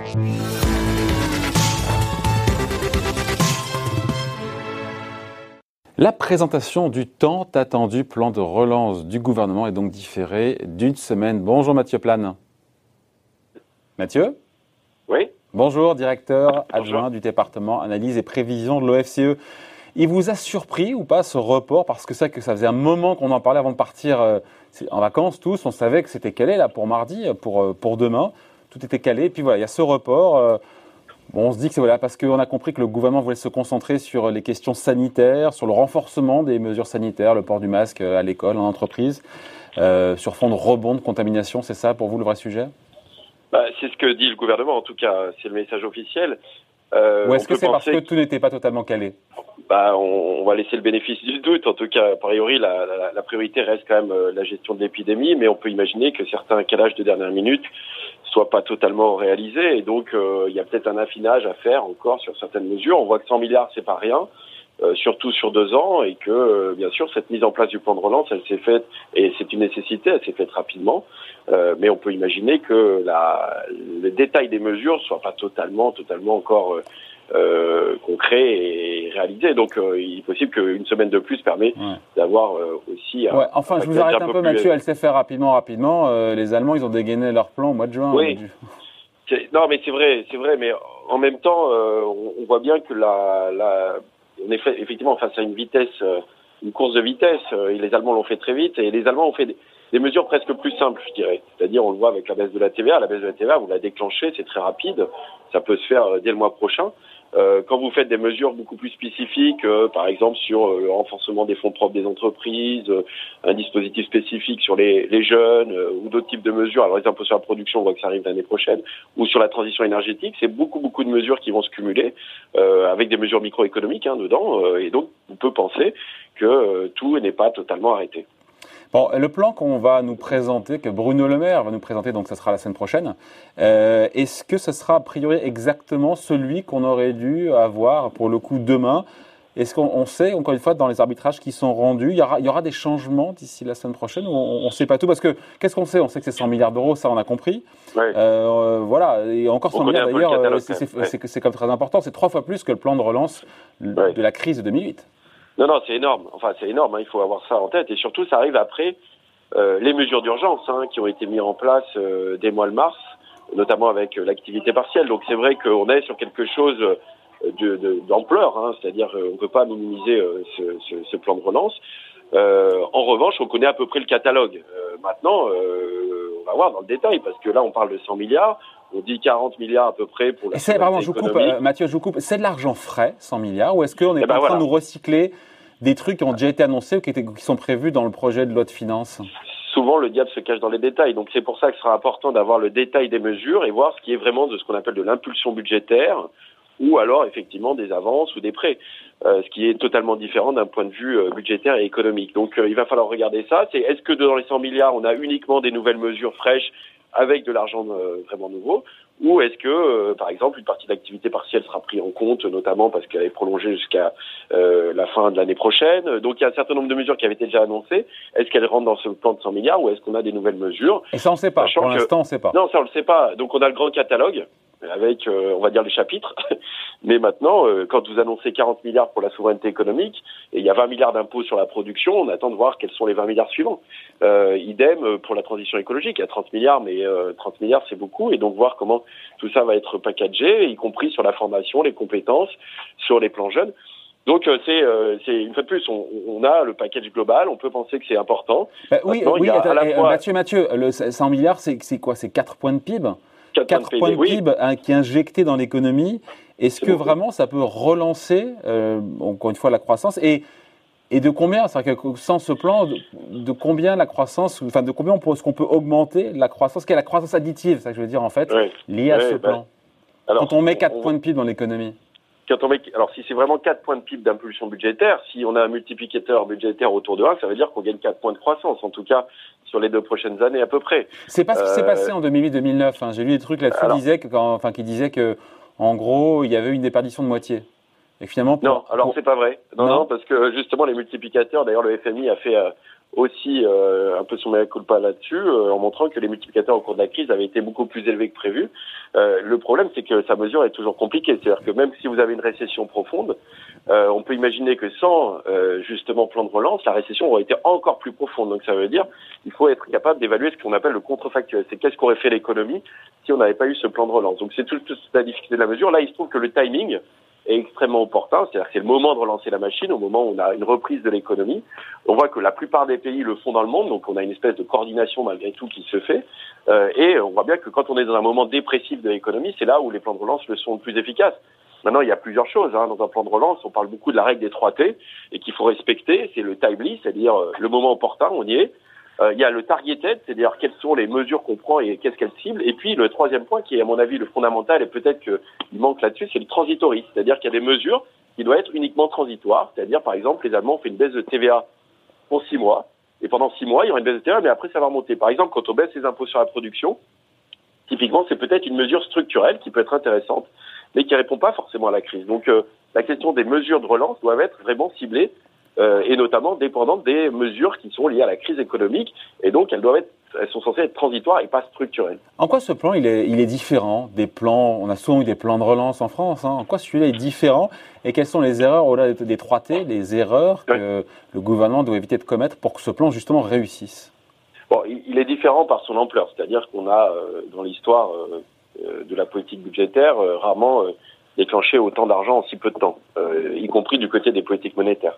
La présentation du tant attendu plan de relance du gouvernement est donc différée d'une semaine. Bonjour Mathieu Plane. Mathieu ? Oui. Bonjour, directeur adjoint du département analyse et prévision de l'OFCE. Il vous a surpris ou pas ce report ? Parce que c'est vrai que ça faisait un moment qu'on en parlait avant de partir en vacances tous. On savait que c'était calé là pour mardi, pour demain. Tout était calé. Et puis voilà, il y a ce report. Bon, on se dit que c'est voilà, parce qu'on a compris que le gouvernement voulait se concentrer sur les questions sanitaires, sur le renforcement des mesures sanitaires, le port du masque à l'école, en entreprise, sur fond de rebond de contamination. C'est ça pour vous le vrai sujet ? C'est ce que dit le gouvernement, en tout cas, c'est le message officiel. Ou est-ce que c'est parce que tout n'était pas totalement calé ? On va laisser le bénéfice du doute. En tout cas, a priori, la priorité reste quand même la gestion de l'épidémie, mais on peut imaginer que certains calages de dernière minute soient pas totalement réalisés. Et donc, il y a peut-être un affinage à faire encore sur certaines mesures. On voit que 100 milliards, c'est pas rien. Surtout sur 2 ans, et que bien sûr cette mise en place du plan de relance, elle s'est faite, et c'est une nécessité, elle s'est faite rapidement, mais on peut imaginer que le détail des mesures soit pas totalement encore concret et réalisé. Donc il est possible qu'une semaine de plus permet d'avoir aussi enfin, je vous arrête un peu Mathieu, elle s'est fait rapidement. Les Allemands, ils ont dégainé leur plan au mois de juin. Oui. Non, mais c'est vrai, mais en même temps, on voit bien que on est effectivement face à une course de vitesse. Et les Allemands l'ont fait très vite, et les Allemands ont fait des mesures presque plus simples, je dirais. C'est-à-dire, on le voit avec la baisse de la TVA. La baisse de la TVA, vous la déclenchez, c'est très rapide. Ça peut se faire dès le mois prochain. Quand vous faites des mesures beaucoup plus spécifiques, par exemple sur le renforcement des fonds propres des entreprises, un dispositif spécifique sur les jeunes ou d'autres types de mesures, alors les impôts sur la production, on voit que ça arrive l'année prochaine, ou sur la transition énergétique, c'est beaucoup de mesures qui vont se cumuler avec des mesures microéconomiques dedans, et donc on peut penser que tout n'est pas totalement arrêté. Bon, le plan qu'on va nous présenter, que Bruno Le Maire va nous présenter, donc ça sera la semaine prochaine, est-ce que ce sera a priori exactement celui qu'on aurait dû avoir pour le coup demain ? Est-ce qu'on sait, encore une fois, dans les arbitrages qui sont rendus, il y aura des changements d'ici la semaine prochaine, ou on ne sait pas tout ? Parce que, qu'est-ce qu'on sait ? On sait que c'est 100 milliards d'euros, ça on a compris. Ouais. Voilà, et encore 100 milliards d'ailleurs, c'est comme très important, c'est 3 fois plus que le plan de relance de la crise de 2008. Non, c'est énorme. Enfin, c'est énorme. Il faut avoir ça en tête. Et surtout, ça arrive après les mesures d'urgence qui ont été mises en place dès le mois de mars, notamment avec l'activité partielle. Donc, c'est vrai qu'on est sur quelque chose d'ampleur. C'est-à-dire, on ne peut pas minimiser ce plan de relance. En revanche, on connaît à peu près le catalogue. Maintenant, on va voir dans le détail, parce que là, on parle de 100 milliards. On dit 40 milliards à peu près pour la souveraineté économique. Mathieu, je vous coupe. C'est de l'argent frais, 100 milliards, ou est-ce qu'on est en train de nous recycler des trucs qui ont déjà été annoncés ou qui sont prévus dans le projet de loi de finances ? Souvent, le diable se cache dans les détails. Donc, c'est pour ça que ce sera important d'avoir le détail des mesures et voir ce qui est vraiment de ce qu'on appelle de l'impulsion budgétaire, ou alors, effectivement, des avances ou des prêts, ce qui est totalement différent d'un point de vue budgétaire et économique. Donc, il va falloir regarder ça. Est-ce que dans les 100 milliards, on a uniquement des nouvelles mesures fraîches avec de l'argent vraiment nouveau, ou est-ce que, par exemple, une partie de l'activité partielle sera prise en compte, notamment parce qu'elle est prolongée jusqu'à la fin de l'année prochaine. Donc, il y a un certain nombre de mesures qui avaient été déjà annoncées. Est-ce qu'elles rentrent dans ce plan de 100 milliards, ou est-ce qu'on a des nouvelles mesures ? Et ça, on ne sait pas. Pour l'instant, on ne sait pas. Non, ça, on ne le sait pas. Donc, on a le grand catalogue avec, on va dire, les chapitres. Mais maintenant, quand vous annoncez 40 milliards pour la souveraineté économique, et il y a 20 milliards d'impôts sur la production, on attend de voir quels sont les 20 milliards suivants. Idem pour la transition écologique. Il y a 30 milliards, mais 30 milliards, c'est beaucoup. Et donc, voir comment tout ça va être packagé, y compris sur la formation, les compétences, sur les plans jeunes. Donc, c'est une fois de plus, on a le package global, on peut penser que c'est important. Mathieu, le 100 milliards, c'est quoi ? C'est 4 points de PIB ? 4 points de PIB qui est injecté dans l'économie. Est-ce que vraiment ça peut relancer, encore une fois, la croissance ? Et de combien ? C'est-à-dire que sans ce plan, de combien la croissance, enfin de combien est-ce qu'on peut augmenter la croissance ? Quelle est la croissance additive, c'est ça que je veux dire en fait, liée à ce plan. Alors, quand on met 4 points de PIB dans l'économie. Alors si c'est vraiment 4 points de PIB d'impulsion budgétaire, si on a un multiplicateur budgétaire autour de 1, ça veut dire qu'on gagne 4 points de croissance, en tout cas sur les 2 prochaines années à peu près. C'est pas ce qui s'est passé en 2008-2009. J'ai lu des trucs là-dessus qui disaient que, en gros, il y avait une déperdition de moitié. Et finalement, c'est pas vrai. Non, parce que justement les multiplicateurs, d'ailleurs le FMI a fait aussi un peu son mea culpa là-dessus, en montrant que les multiplicateurs au cours de la crise avaient été beaucoup plus élevés que prévu. Le problème, c'est que sa mesure est toujours compliquée. C'est-à-dire que même si vous avez une récession profonde, on peut imaginer que sans justement plan de relance, la récession aurait été encore plus profonde. Donc ça veut dire qu'il faut être capable d'évaluer ce qu'on appelle le contrefactuel. C'est qu'est-ce qu'aurait fait l'économie si on n'avait pas eu ce plan de relance. Donc c'est toute la difficulté de la mesure. Là, il se trouve que le timing est extrêmement opportun, c'est-à-dire que c'est le moment de relancer la machine, au moment où on a une reprise de l'économie. On voit que la plupart des pays le font dans le monde, donc on a une espèce de coordination malgré tout qui se fait, et on voit bien que quand on est dans un moment dépressif de l'économie, c'est là où les plans de relance le sont le plus efficaces. Maintenant, il y a plusieurs choses. Dans un plan de relance, on parle beaucoup de la règle des 3 T, et qu'il faut respecter, c'est le timely, c'est-à-dire le moment opportun, on y est. Il y a le targeted, c'est-à-dire quelles sont les mesures qu'on prend et qu'est-ce qu'elles ciblent. Et puis le troisième point, qui est à mon avis le fondamental, et peut-être qu'il manque là-dessus, c'est le transitory, c'est-à-dire qu'il y a des mesures qui doivent être uniquement transitoires. C'est-à-dire, par exemple, les Allemands ont fait une baisse de TVA pour 6 mois, et pendant 6 mois, il y aura une baisse de TVA, mais après ça va remonter. Par exemple, quand on baisse les impôts sur la production, typiquement, c'est peut-être une mesure structurelle qui peut être intéressante, mais qui ne répond pas forcément à la crise. Donc la question des mesures de relance doivent être vraiment ciblées, et notamment dépendantes des mesures qui sont liées à la crise économique, et donc elles sont censées être transitoires et pas structurelles. En quoi ce plan il est différent des plans? On a souvent eu des plans de relance en France. En quoi celui-là est différent? Et quelles sont les erreurs au-delà des 3 T, les erreurs que le gouvernement doit éviter de commettre pour que ce plan justement réussisse? Bon, il est différent par son ampleur, c'est-à-dire qu'on a dans l'histoire de la politique budgétaire rarement déclenché autant d'argent en si peu de temps, y compris du côté des politiques monétaires.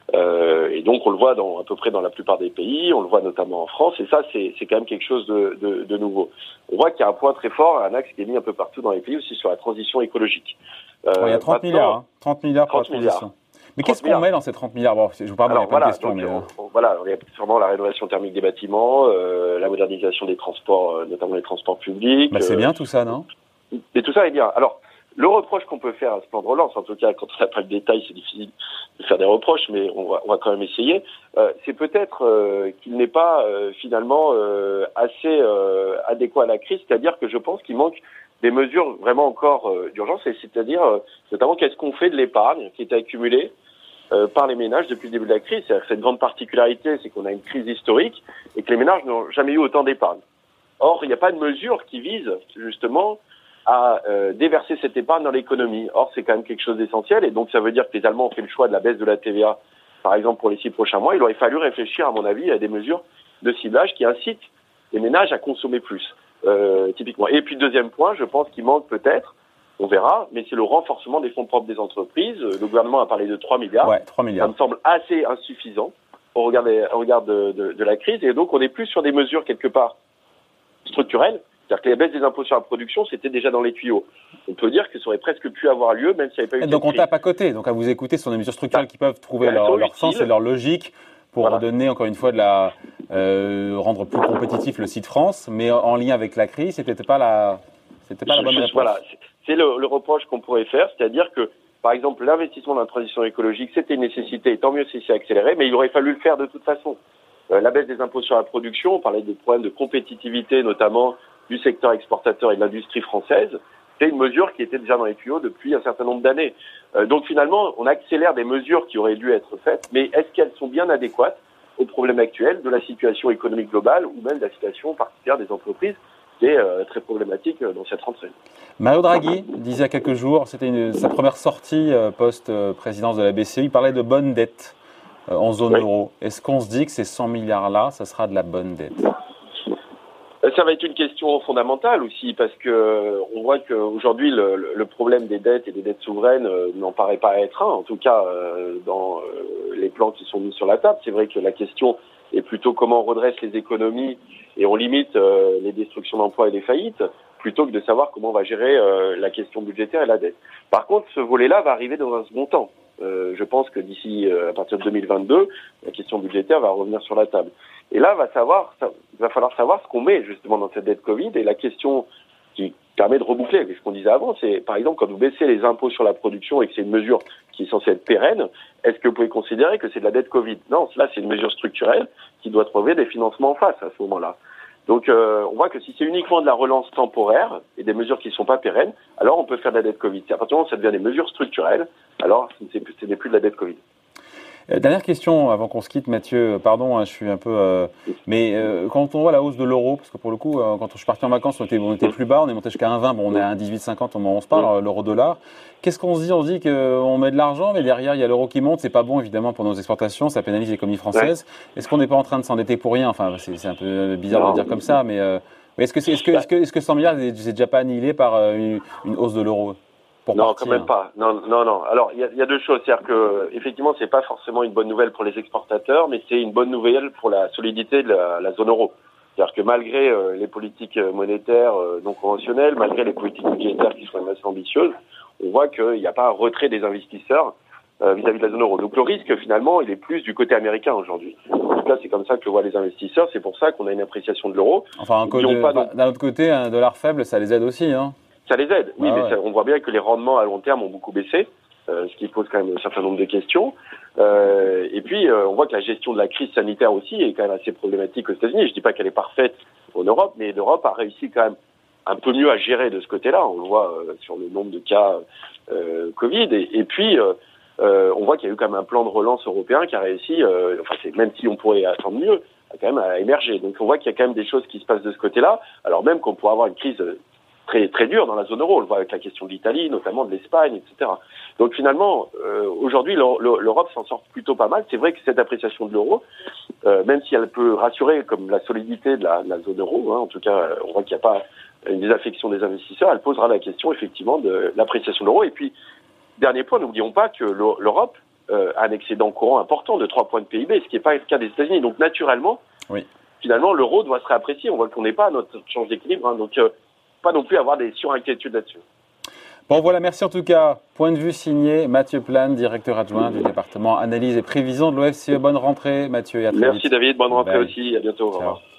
Et donc on le voit à peu près dans la plupart des pays, on le voit notamment en France, et ça c'est quand même quelque chose de nouveau. On voit qu'il y a un point très fort, un axe qui est mis un peu partout dans les pays aussi sur la transition écologique. Il y a 30 milliards, 30 milliards pour la transition. Mais qu'est-ce qu'on met dans ces 30 milliards? Bon, je vous parle de question. Mais voilà, il y a sûrement la rénovation thermique des bâtiments, la modernisation des transports, notamment les transports publics. C'est bien tout ça, non? Et tout ça est bien. Alors, le reproche qu'on peut faire à ce plan de relance, en tout cas quand on n'a pas le détail, c'est difficile de faire des reproches, mais on va quand même essayer, c'est peut-être qu'il n'est pas finalement assez adéquat à la crise, c'est-à-dire que je pense qu'il manque des mesures vraiment encore d'urgence, c'est-à-dire notamment qu'est-ce qu'on fait de l'épargne qui est accumulée par les ménages depuis le début de la crise. C'est une grande particularité, c'est qu'on a une crise historique et que les ménages n'ont jamais eu autant d'épargne. Or, il n'y a pas de mesure qui vise justement à déverser cette épargne dans l'économie. Or, c'est quand même quelque chose d'essentiel, et donc ça veut dire que les Allemands ont fait le choix de la baisse de la TVA, par exemple pour les 6 prochains mois. Il aurait fallu réfléchir, à mon avis, à des mesures de ciblage qui incitent les ménages à consommer plus, typiquement. Et puis, deuxième point, je pense qu'il manque peut-être, on verra, mais c'est le renforcement des fonds propres des entreprises. Le gouvernement a parlé de 3 milliards. Ouais, 3 milliards. Ça me semble assez insuffisant au regard de la crise, et donc on est plus sur des mesures quelque part structurelles. C'est-à-dire que la baisse des impôts sur la production, c'était déjà dans les tuyaux. On peut dire que ça aurait presque pu avoir lieu, même s'il n'y avait pas eu de Donc on tape à côté. Donc à vous écouter, ce sont des mesures structurelles qui peuvent trouver leur sens et leur logique pour donner, encore une fois, rendre plus compétitif le site France, mais en lien avec la crise, c'était pas la bonne réponse. Voilà, c'est le reproche qu'on pourrait faire, c'est-à-dire que, par exemple, l'investissement dans la transition écologique, c'était une nécessité, et tant mieux si c'est accéléré, mais il aurait fallu le faire de toute façon. La baisse des impôts sur la production, on parlait des problèmes de compétitivité, notamment du secteur exportateur et de l'industrie française, c'est une mesure qui était déjà dans les tuyaux depuis un certain nombre d'années. Donc finalement, on accélère des mesures qui auraient dû être faites, mais est-ce qu'elles sont bien adéquates aux problèmes actuels de la situation économique globale ou même de la situation particulière des entreprises qui est très problématique dans cette rentrée? Mario Draghi disait il y a quelques jours, c'était sa première sortie post-présidence de la BCE, il parlait de bonne dette en zone euro. Est-ce qu'on se dit que ces 100 milliards-là, ça sera de la bonne dette? Ça va être une question fondamentale aussi, parce que on voit qu'aujourd'hui le problème des dettes et des dettes souveraines n'en paraît pas être un, en tout cas dans les plans qui sont mis sur la table. C'est vrai que la question est plutôt comment on redresse les économies et on limite les destructions d'emplois et les faillites, plutôt que de savoir comment on va gérer la question budgétaire et la dette. Par contre, ce volet-là va arriver dans un second temps. Je pense que d'ici, à partir de 2022, la question budgétaire va revenir sur la table. Et là, il va falloir savoir ce qu'on met justement dans cette dette Covid. Et la question qui permet de reboucler avec ce qu'on disait avant, c'est par exemple quand vous baissez les impôts sur la production et que c'est une mesure qui est censée être pérenne, est-ce que vous pouvez considérer que c'est de la dette Covid? Non, là c'est une mesure structurelle qui doit trouver des financements en face à ce moment-là. Donc on voit que si c'est uniquement de la relance temporaire et des mesures qui ne sont pas pérennes, alors on peut faire de la dette Covid. À partir du moment où ça devient des mesures structurelles, alors ce n'est plus de la dette Covid. Dernière question avant qu'on se quitte, Mathieu. Pardon, je suis un peu. Mais quand on voit la hausse de l'euro, parce que pour le coup, quand je suis parti en vacances, on était plus bas, on est monté jusqu'à 1,20. Bon, on est à 1,1850 au moment où on se parle, l'euro-dollar. Qu'est-ce qu'on se dit? On se dit qu'on met de l'argent, mais derrière, il y a l'euro qui monte. C'est pas bon, évidemment, pour nos exportations. Ça pénalise l'économie française. Ouais. Est-ce qu'on n'est pas en train de s'endetter pour rien? Enfin, c'est un peu bizarre de le dire comme ça, mais est-ce que 100 milliards c'est déjà pas annihilé par une hausse de l'euro? Non, quand même pas. Non. Alors, il y a deux choses. C'est-à-dire que, effectivement, c'est pas forcément une bonne nouvelle pour les exportateurs, mais c'est une bonne nouvelle pour la solidité de la zone euro. C'est-à-dire que malgré les politiques monétaires non conventionnelles, malgré les politiques budgétaires qui sont assez ambitieuses, on voit qu'il n'y a pas un retrait des investisseurs vis-à-vis de la zone euro. Donc le risque, finalement, il est plus du côté américain aujourd'hui. En tout cas, c'est comme ça que le voient les investisseurs. C'est pour ça qu'on a une appréciation de l'euro. Enfin, d'un autre côté, un dollar faible, ça les aide aussi, hein. Ça les aide, oui, mais on voit bien que les rendements à long terme ont beaucoup baissé, ce qui pose quand même un certain nombre de questions. Et puis, on voit que la gestion de la crise sanitaire aussi est quand même assez problématique aux États-Unis. Je dis pas qu'elle est parfaite en Europe, mais l'Europe a réussi quand même un peu mieux à gérer de ce côté-là. On le voit sur le nombre de cas Covid. Et puis, on voit qu'il y a eu quand même un plan de relance européen qui a réussi, même si on pourrait attendre mieux, quand même à émerger. Donc, on voit qu'il y a quand même des choses qui se passent de ce côté-là, alors même qu'on pourrait avoir une crise très très dur dans la zone euro. On le voit avec la question de l'Italie, notamment de l'Espagne, etc. Donc finalement, aujourd'hui, l'Europe s'en sort plutôt pas mal. C'est vrai que cette appréciation de l'euro, même si elle peut rassurer comme la solidité de la zone euro, en tout cas, on voit qu'il n'y a pas une désaffection des investisseurs, elle posera la question effectivement de l'appréciation de l'euro. Et puis, dernier point, n'oublions pas que l'Europe a un excédent courant important de 3 points de PIB, ce qui n'est pas le cas des États-Unis. Donc naturellement, finalement, l'euro doit se réapprécier. On voit qu'on n'est pas à notre change d'équilibre. Donc pas non plus avoir des surinquiétudes là-dessus. Bon voilà, merci en tout cas. Point de vue signé Mathieu Plane, directeur adjoint du département analyse et prévision de l'OFCE. Bonne rentrée Mathieu et à très vite. Merci David, bonne rentrée aussi, à bientôt. Au revoir.